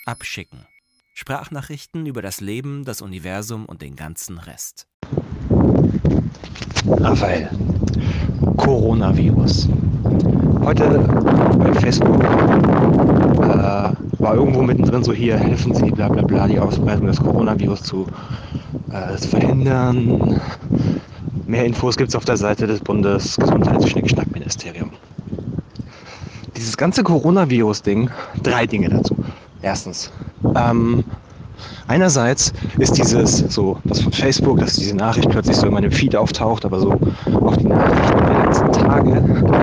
Abschicken. Sprachnachrichten über das Leben, das Universum und den ganzen Rest. Raphael, Coronavirus. Heute bei Facebook war irgendwo mittendrin so, hier helfen Sie, bla bla bla, die Ausbreitung des Coronavirus zu verhindern. Mehr Infos gibt es auf der Seite des Bundesgesundheits-Schnickschnack-Ministeriums. Dieses ganze Coronavirus-Ding, 3 Dinge dazu. Erstens, einerseits ist dieses so, das von Facebook, dass diese Nachricht plötzlich so in meinem Feed auftaucht, aber so auch die Nachrichten der letzten Tage,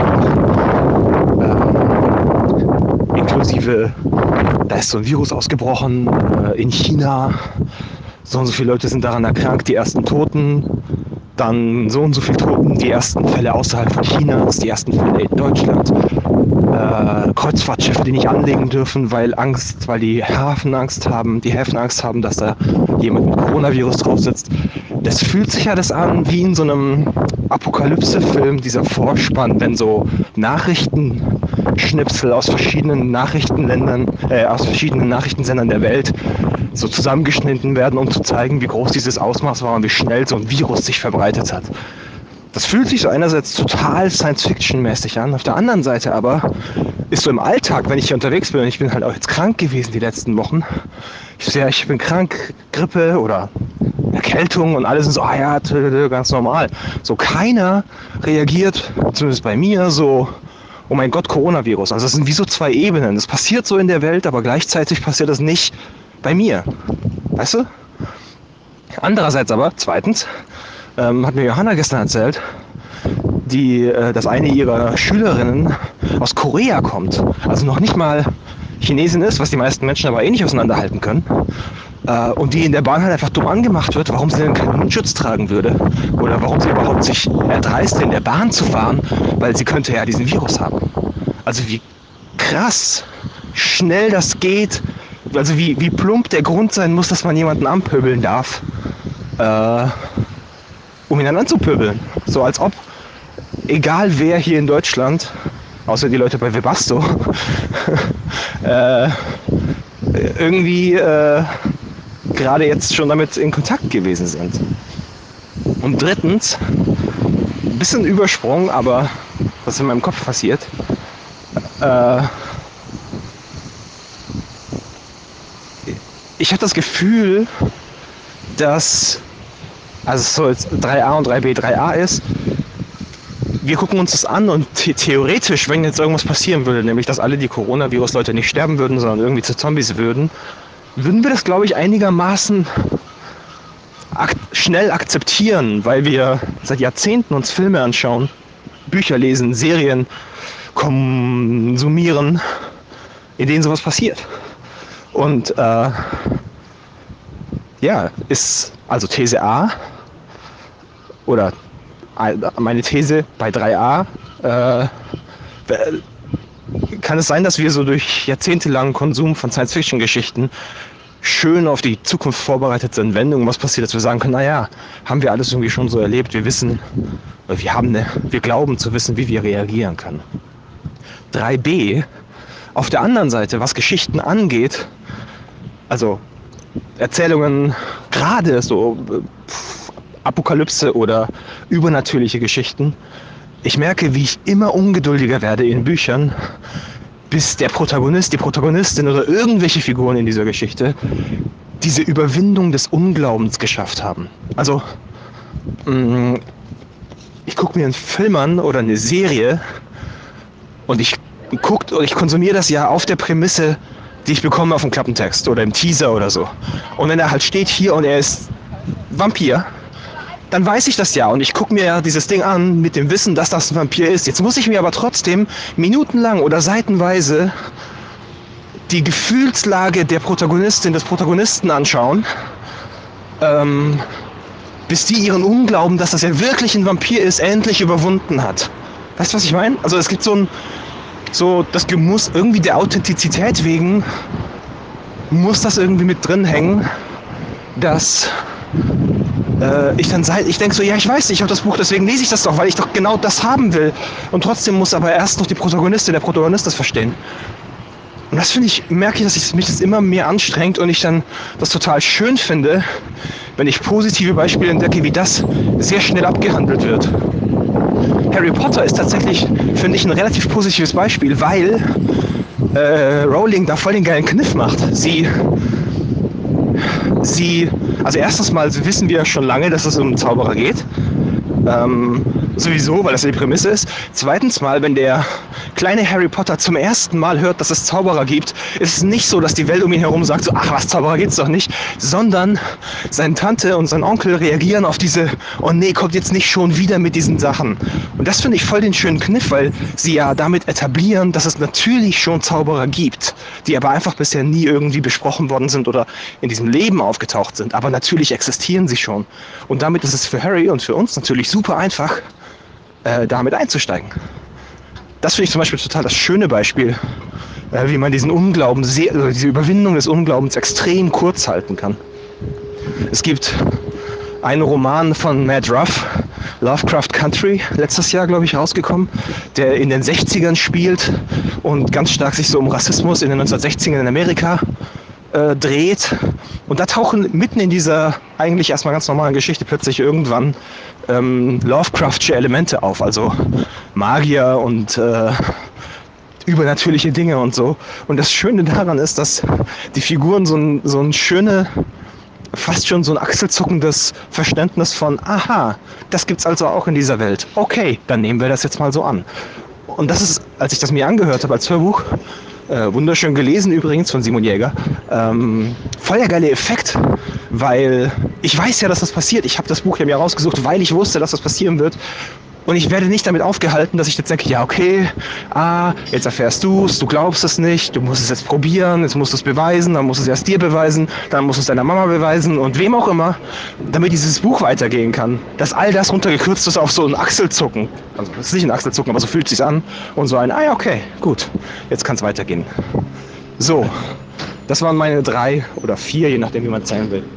inklusive, da ist so ein Virus ausgebrochen in China, so und so viele Leute sind daran erkrankt, die ersten Toten, dann so und so viele Toten, die ersten Fälle außerhalb von Chinas, die ersten Fälle in Deutschland, Kreuzfahrtschiffe, die nicht anlegen dürfen, weil die Häfen Angst haben, dass da jemand mit Coronavirus drauf sitzt. Das fühlt sich alles an wie in so einem Apokalypse-Film, dieser Vorspann, wenn so Nachrichtenschnipsel aus verschiedenen aus verschiedenen Nachrichtensendern der Welt so zusammengeschnitten werden, um zu zeigen, wie groß dieses Ausmaß war und wie schnell so ein Virus sich verbreitet hat. Das fühlt sich so einerseits total Science-Fiction-mäßig an, auf der anderen Seite aber ist so im Alltag, wenn ich hier unterwegs bin, und ich bin halt auch jetzt krank gewesen die letzten Wochen, ich bin krank, Grippe oder Erkältung und alle sind so, ja, ganz normal. So keiner reagiert, zumindest bei mir, so, oh mein Gott, Coronavirus. Also das sind wie so 2 Ebenen. Das passiert so in der Welt, aber gleichzeitig passiert das nicht bei mir. Weißt du? Andererseits aber, zweitens, hat mir Johanna gestern erzählt, dass eine ihrer Schülerinnen aus Korea kommt. Also noch nicht mal Chinesin ist, was die meisten Menschen aber eh nicht auseinanderhalten können. Und die in der Bahn halt einfach dumm angemacht wird, warum sie denn keinen Mundschutz tragen würde. Oder warum sie überhaupt sich erdreist, in der Bahn zu fahren, weil sie könnte ja diesen Virus haben. Also wie krass schnell das geht, also wie plump der Grund sein muss, dass man jemanden anpöbeln darf, um ihn dann anzupöbeln. So als ob, egal wer hier in Deutschland, außer die Leute bei Webasto, irgendwie gerade jetzt schon damit in Kontakt gewesen sind. Und drittens, ein bisschen Übersprung, aber was in meinem Kopf passiert, ich habe das Gefühl, dass, also es so jetzt 3a und 3b, 3a ist, wir gucken uns das an und theoretisch, wenn jetzt irgendwas passieren würde, nämlich dass alle die Coronavirus-Leute nicht sterben würden, sondern irgendwie zu Zombies würden wir das, glaube ich, einigermaßen schnell akzeptieren, weil wir seit Jahrzehnten uns Filme anschauen, Bücher lesen, Serien konsumieren, in denen sowas passiert. Und ist also These A oder meine These bei 3a, kann es sein, dass wir so durch jahrzehntelangen Konsum von Science-Fiction-Geschichten schön auf die Zukunft vorbereitet sind, wenn irgendwas passiert, dass wir sagen können, naja, haben wir alles irgendwie schon so erlebt, wir wissen, wir glauben zu wissen, wie wir reagieren können. 3b, auf der anderen Seite, was Geschichten angeht, also Erzählungen, gerade so Apokalypse oder übernatürliche Geschichten, ich merke, wie ich immer ungeduldiger werde in Büchern, bis der Protagonist, die Protagonistin oder irgendwelche Figuren in dieser Geschichte diese Überwindung des Unglaubens geschafft haben. Also, ich gucke mir einen Film an oder eine Serie und ich konsumiere das ja auf der Prämisse, die ich bekomme auf dem Klappentext oder im Teaser oder so. Und wenn er halt steht hier und er ist Vampir, dann weiß ich das ja und ich gucke mir ja dieses Ding an mit dem Wissen, dass das ein Vampir ist. Jetzt muss ich mir aber trotzdem minutenlang oder seitenweise die Gefühlslage der Protagonistin, des Protagonisten anschauen, bis die ihren Unglauben, dass das ja wirklich ein Vampir ist, endlich überwunden hat. Weißt du, was ich meine? Also es gibt das muss irgendwie der Authentizität wegen, muss das irgendwie mit drin hängen, dass ich denke so, ja, ich weiß, ich habe das Buch, deswegen lese ich das doch, weil ich doch genau das haben will. Und trotzdem muss aber erst noch die Protagonistin, der Protagonist das verstehen. Und das finde ich, merke ich, dass mich das immer mehr anstrengt und ich dann das total schön finde, wenn ich positive Beispiele entdecke, wie das sehr schnell abgehandelt wird. Harry Potter ist tatsächlich, finde ich, ein relativ positives Beispiel, weil Rowling da voll den geilen Kniff macht. Also erstens mal wissen wir schon lange, dass es um einen Zauberer geht. Sowieso, weil das ja die Prämisse ist. Zweitens mal, wenn der kleine Harry Potter zum ersten Mal hört, dass es Zauberer gibt, ist es nicht so, dass die Welt um ihn herum sagt so, ach was, Zauberer gibt's doch nicht, sondern seine Tante und sein Onkel reagieren auf diese, oh nee, kommt jetzt nicht schon wieder mit diesen Sachen. Und das finde ich voll den schönen Kniff, weil sie ja damit etablieren, dass es natürlich schon Zauberer gibt, die aber einfach bisher nie irgendwie besprochen worden sind oder in diesem Leben aufgetaucht sind. Aber natürlich existieren sie schon. Und damit ist es für Harry und für uns natürlich super einfach, damit einzusteigen. Das finde ich zum Beispiel total das schöne Beispiel, wie man diesen Unglauben, diese Überwindung des Unglaubens extrem kurz halten kann. Es gibt einen Roman von Matt Ruff, Lovecraft Country, letztes Jahr, glaube ich, rausgekommen, der in den 60ern spielt und ganz stark sich so um Rassismus in den 1960ern in Amerika dreht. Und da tauchen mitten in dieser eigentlich erstmal ganz normalen Geschichte plötzlich irgendwann Lovecraftsche Elemente auf, also Magier und übernatürliche Dinge und so. Und das Schöne daran ist, dass die Figuren so ein schöne, fast schon so ein achselzuckendes Verständnis von, aha, das gibt's also auch in dieser Welt. Okay, dann nehmen wir das jetzt mal so an. Und das ist, als ich das mir angehört habe als Hörbuch, wunderschön gelesen übrigens von Simon Jäger, voll der geile Effekt, weil ich weiß ja, dass das passiert. Ich habe das Buch ja mir rausgesucht, weil ich wusste, dass das passieren wird. Und ich werde nicht damit aufgehalten, dass ich jetzt denke, ja okay, jetzt erfährst du es, du glaubst es nicht, du musst es jetzt probieren, jetzt musst du es beweisen, dann musst du es erst dir beweisen, dann musst du es deiner Mama beweisen und wem auch immer, damit dieses Buch weitergehen kann. Dass all das runtergekürzt ist auf so ein Achselzucken. Also es ist nicht ein Achselzucken, aber so fühlt es sich an. Und so ein, ja okay, gut, jetzt kann es weitergehen. So, das waren meine 3 oder 4, je nachdem wie man zählen will.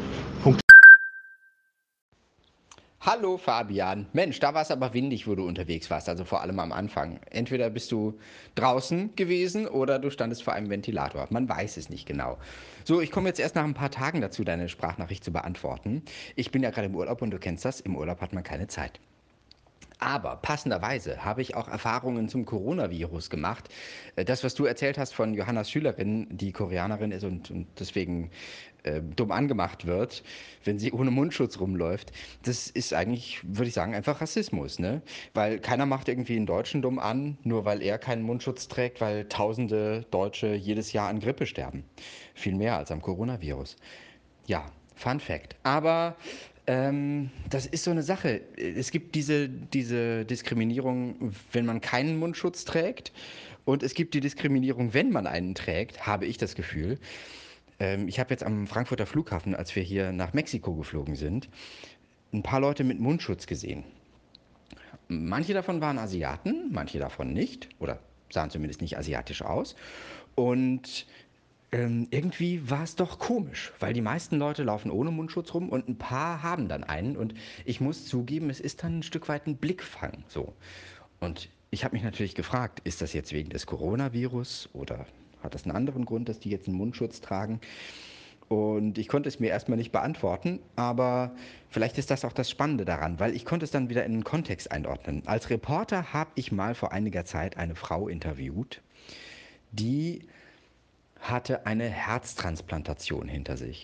Hallo Fabian. Mensch, da war es aber windig, wo du unterwegs warst, also vor allem am Anfang. Entweder bist du draußen gewesen oder du standest vor einem Ventilator. Man weiß es nicht genau. So, ich komme jetzt erst nach ein paar Tagen dazu, deine Sprachnachricht zu beantworten. Ich bin ja gerade im Urlaub und du kennst das, im Urlaub hat man keine Zeit. Aber passenderweise habe ich auch Erfahrungen zum Coronavirus gemacht. Das, was du erzählt hast von Johannas Schülerin, die Koreanerin ist und deswegen dumm angemacht wird, wenn sie ohne Mundschutz rumläuft, das ist eigentlich, würde ich sagen, einfach Rassismus, ne? Weil keiner macht irgendwie einen Deutschen dumm an, nur weil er keinen Mundschutz trägt, weil tausende Deutsche jedes Jahr an Grippe sterben. Viel mehr als am Coronavirus. Ja, Fun Fact. Aber das ist so eine Sache. Es gibt diese Diskriminierung, wenn man keinen Mundschutz trägt. Und es gibt die Diskriminierung, wenn man einen trägt, habe ich das Gefühl. Ich habe jetzt am Frankfurter Flughafen, als wir hier nach Mexiko geflogen sind, ein paar Leute mit Mundschutz gesehen. Manche davon waren Asiaten, manche davon nicht. Oder sahen zumindest nicht asiatisch aus. Und irgendwie war es doch komisch, weil die meisten Leute laufen ohne Mundschutz rum und ein paar haben dann einen. Und ich muss zugeben, es ist dann ein Stück weit ein Blickfang so. Und ich habe mich natürlich gefragt, ist das jetzt wegen des Coronavirus oder hat das einen anderen Grund, dass die jetzt einen Mundschutz tragen? Und ich konnte es mir erstmal nicht beantworten, aber vielleicht ist das auch das Spannende daran, weil ich konnte es dann wieder in einen Kontext einordnen. Als Reporter habe ich mal vor einiger Zeit eine Frau interviewt, die hatte eine Herztransplantation hinter sich.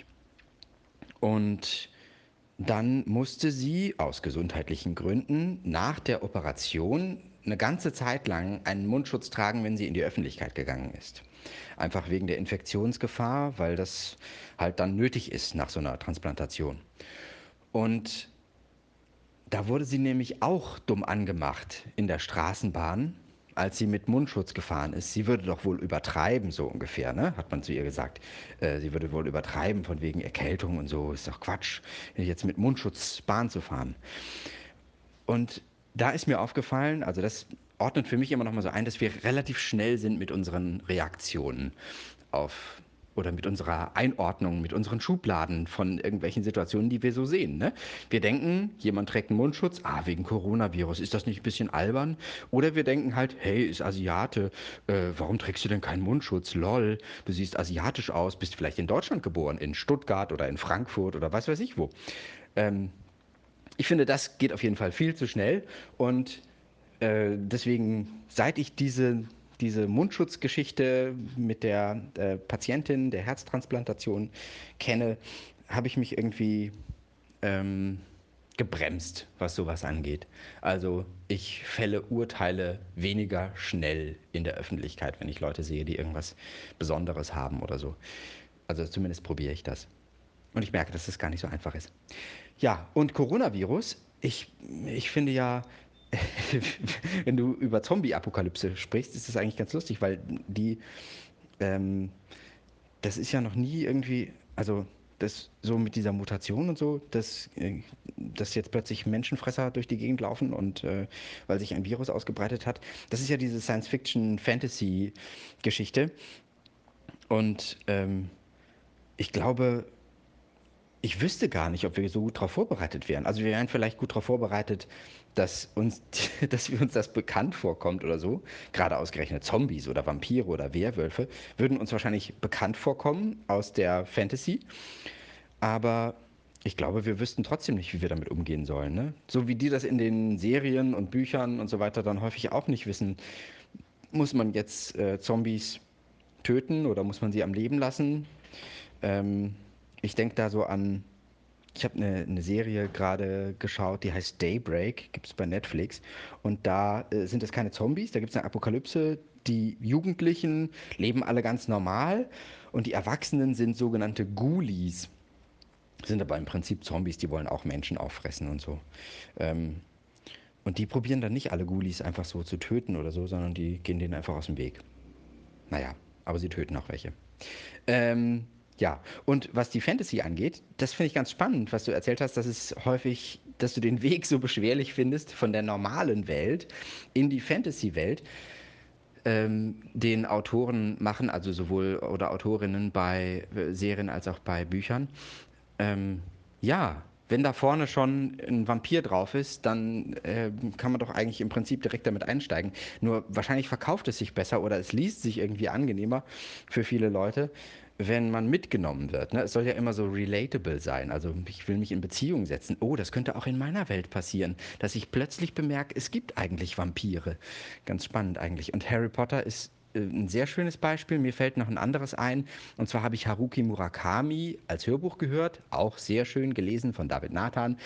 Und dann musste sie aus gesundheitlichen Gründen nach der Operation eine ganze Zeit lang einen Mundschutz tragen, wenn sie in die Öffentlichkeit gegangen ist. Einfach wegen der Infektionsgefahr, weil das halt dann nötig ist nach so einer Transplantation. Und da wurde sie nämlich auch dumm angemacht in der Straßenbahn, als sie mit Mundschutz gefahren ist. Sie würde doch wohl übertreiben, so ungefähr, ne? Hat man zu ihr gesagt. Sie würde wohl übertreiben von wegen Erkältung und so. Ist doch Quatsch, jetzt mit Mundschutz Bahn zu fahren. Und da ist mir aufgefallen, also das ordnet für mich immer noch mal so ein, dass wir relativ schnell sind mit unseren Reaktionen auf oder mit unserer Einordnung, mit unseren Schubladen von irgendwelchen Situationen, die wir so sehen. Ne? Wir denken, jemand trägt einen Mundschutz, wegen Coronavirus, ist das nicht ein bisschen albern? Oder wir denken halt, hey, ist Asiate, warum trägst du denn keinen Mundschutz? Lol, du siehst asiatisch aus, bist vielleicht in Deutschland geboren, in Stuttgart oder in Frankfurt oder was weiß ich wo. Ich finde, das geht auf jeden Fall viel zu schnell und deswegen, seit ich diese Mundschutzgeschichte mit der Patientin der Herztransplantation kenne, habe ich mich irgendwie ähm, gebremst, was sowas angeht. Also ich fälle Urteile weniger schnell in der Öffentlichkeit, wenn ich Leute sehe, die irgendwas Besonderes haben oder so. Also zumindest probiere ich das. Und ich merke, dass das gar nicht so einfach ist. Ja, und Coronavirus, ich finde ja, wenn du über Zombie-Apokalypse sprichst, ist das eigentlich ganz lustig, weil ähm, das ist ja noch nie irgendwie, also das so mit dieser Mutation und so, dass jetzt plötzlich Menschenfresser durch die Gegend laufen und weil sich ein Virus ausgebreitet hat, das ist ja diese Science-Fiction-Fantasy-Geschichte. Und ich glaube, ich wüsste gar nicht, ob wir so gut darauf vorbereitet wären. Also wir wären vielleicht gut darauf vorbereitet, dass wir uns das bekannt vorkommt oder so. Gerade ausgerechnet Zombies oder Vampire oder Werwölfe würden uns wahrscheinlich bekannt vorkommen aus der Fantasy. Aber ich glaube, wir wüssten trotzdem nicht, wie wir damit umgehen sollen. Ne? So wie die das in den Serien und Büchern und so weiter dann häufig auch nicht wissen. Muss man jetzt Zombies töten oder muss man sie am Leben lassen? Ähm, Ich denke da so an. Ich habe eine Serie gerade geschaut, die heißt Daybreak, gibt es bei Netflix. Und da sind es keine Zombies, da gibt es eine Apokalypse. Die Jugendlichen leben alle ganz normal und die Erwachsenen sind sogenannte Ghoulies. Sind aber im Prinzip Zombies, die wollen auch Menschen auffressen und so. Ähm, und die probieren dann nicht alle Ghoulies einfach so zu töten oder so, sondern die gehen denen einfach aus dem Weg. Naja, aber sie töten auch welche. Ähm, ja, und was die Fantasy angeht, das finde ich ganz spannend, was du erzählt hast, dass es häufig, dass du den Weg so beschwerlich findest von der normalen Welt in die Fantasy-Welt, den Autoren machen, also sowohl oder Autorinnen bei Serien als auch bei Büchern. Ähm, ja, wenn da vorne schon ein Vampir drauf ist, dann kann man doch eigentlich im Prinzip direkt damit einsteigen. Nur wahrscheinlich verkauft es sich besser oder es liest sich irgendwie angenehmer für viele Leute, wenn man mitgenommen wird. Ne? Es soll ja immer so relatable sein. Also ich will mich in Beziehung setzen. Oh, das könnte auch in meiner Welt passieren, dass ich plötzlich bemerke, es gibt eigentlich Vampire. Ganz spannend eigentlich. Und Harry Potter ist ein sehr schönes Beispiel. Mir fällt noch ein anderes ein. Und zwar habe ich Haruki Murakami als Hörbuch gehört, auch sehr schön gelesen von David Nathan.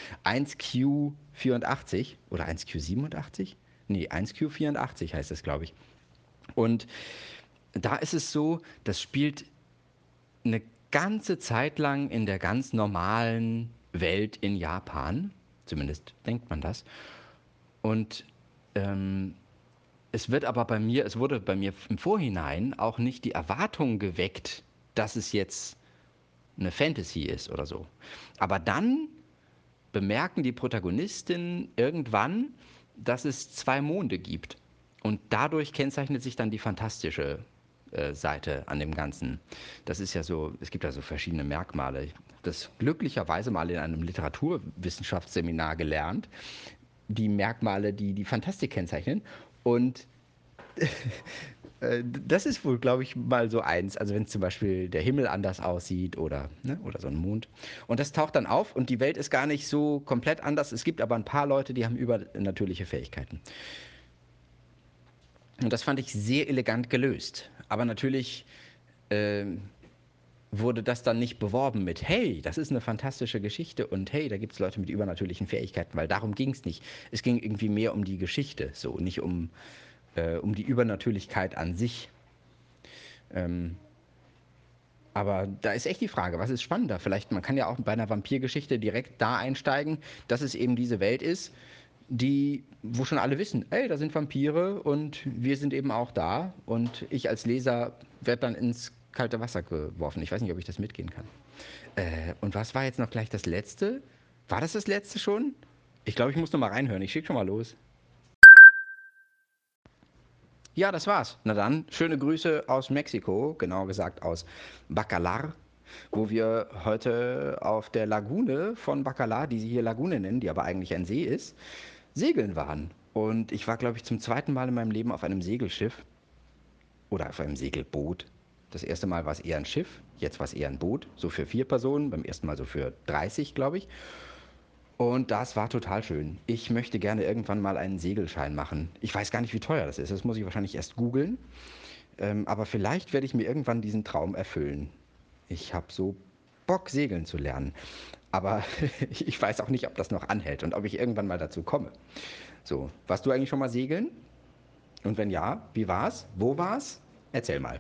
1Q84 oder 1Q87? Nee, 1Q84 heißt es, glaube ich. Und da ist es so, das spielt eine ganze Zeit lang in der ganz normalen Welt in Japan. Zumindest denkt man das. Und ähm, es wurde bei mir im Vorhinein auch nicht die Erwartung geweckt, dass es jetzt eine Fantasy ist oder so. Aber dann bemerken die Protagonistinnen irgendwann, dass es zwei Monde gibt. Und dadurch kennzeichnet sich dann die fantastische Seite an dem Ganzen. Das ist ja so, es gibt ja so verschiedene Merkmale. Ich habe das glücklicherweise mal in einem Literaturwissenschaftsseminar gelernt, die Merkmale, die die Fantastik kennzeichnen. Und das ist wohl, glaube ich, mal so eins. Also wenn zum Beispiel der Himmel anders aussieht oder, ne, oder so ein Mond. Und das taucht dann auf und die Welt ist gar nicht so komplett anders. Es gibt aber ein paar Leute, die haben übernatürliche Fähigkeiten. Und das fand ich sehr elegant gelöst. Aber natürlich wurde das dann nicht beworben mit, hey, das ist eine fantastische Geschichte und hey, da gibt es Leute mit übernatürlichen Fähigkeiten, weil darum ging es nicht. Es ging irgendwie mehr um die Geschichte, so, nicht um die Übernatürlichkeit an sich. Ähm, Aber da ist echt die Frage, was ist spannender? Vielleicht, man kann ja auch bei einer Vampirgeschichte direkt da einsteigen, dass es eben diese Welt ist, wo schon alle wissen, ey, da sind Vampire und wir sind eben auch da. Und ich als Leser werde dann ins kalte Wasser geworfen. Ich weiß nicht, ob ich das mitgehen kann. Und was war jetzt noch gleich das Letzte? War das das Letzte schon? Ich glaube, ich muss noch mal reinhören. Ich schicke schon mal los. Ja, das war's. Na dann, schöne Grüße aus Mexiko, genauer gesagt aus Bacalar, wo wir heute auf der Lagune von Bacalar, die sie hier Lagune nennen, die aber eigentlich ein See ist, segeln waren. Und ich war, glaube ich, zum zweiten Mal in meinem Leben auf einem Segelschiff oder auf einem Segelboot. Das erste Mal war es eher ein Schiff, jetzt war es eher ein Boot, so für 4 Personen, beim ersten Mal so für 30, glaube ich. Und das war total schön. Ich möchte gerne irgendwann mal einen Segelschein machen. Ich weiß gar nicht, wie teuer das ist. Das muss ich wahrscheinlich erst googeln. Aber vielleicht werde ich mir irgendwann diesen Traum erfüllen. Ich habe so Bock, segeln zu lernen. Aber ich weiß auch nicht, ob das noch anhält und ob ich irgendwann mal dazu komme. So, warst du eigentlich schon mal segeln? Und wenn ja, wie war's? Wo war's? Erzähl mal.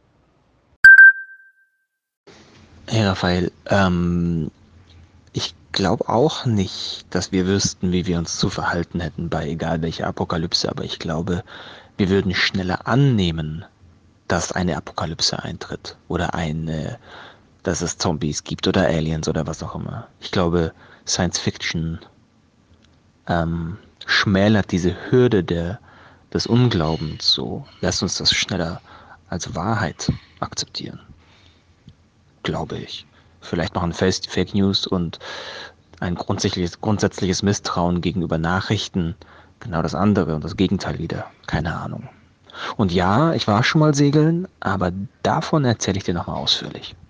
Hey Raphael, ich glaube auch nicht, dass wir wüssten, wie wir uns zu verhalten hätten bei egal welcher Apokalypse, aber ich glaube, wir würden schneller annehmen, dass eine Apokalypse eintritt oder dass es Zombies gibt oder Aliens oder was auch immer. Ich glaube, Science Fiction schmälert diese Hürde des Unglaubens so. Lasst uns das schneller als Wahrheit akzeptieren, glaube ich. Vielleicht machen Fake News und ein grundsätzliches Misstrauen gegenüber Nachrichten genau das andere und das Gegenteil wieder. Keine Ahnung. Und ja, ich war schon mal segeln, aber davon erzähle ich dir nochmal ausführlich.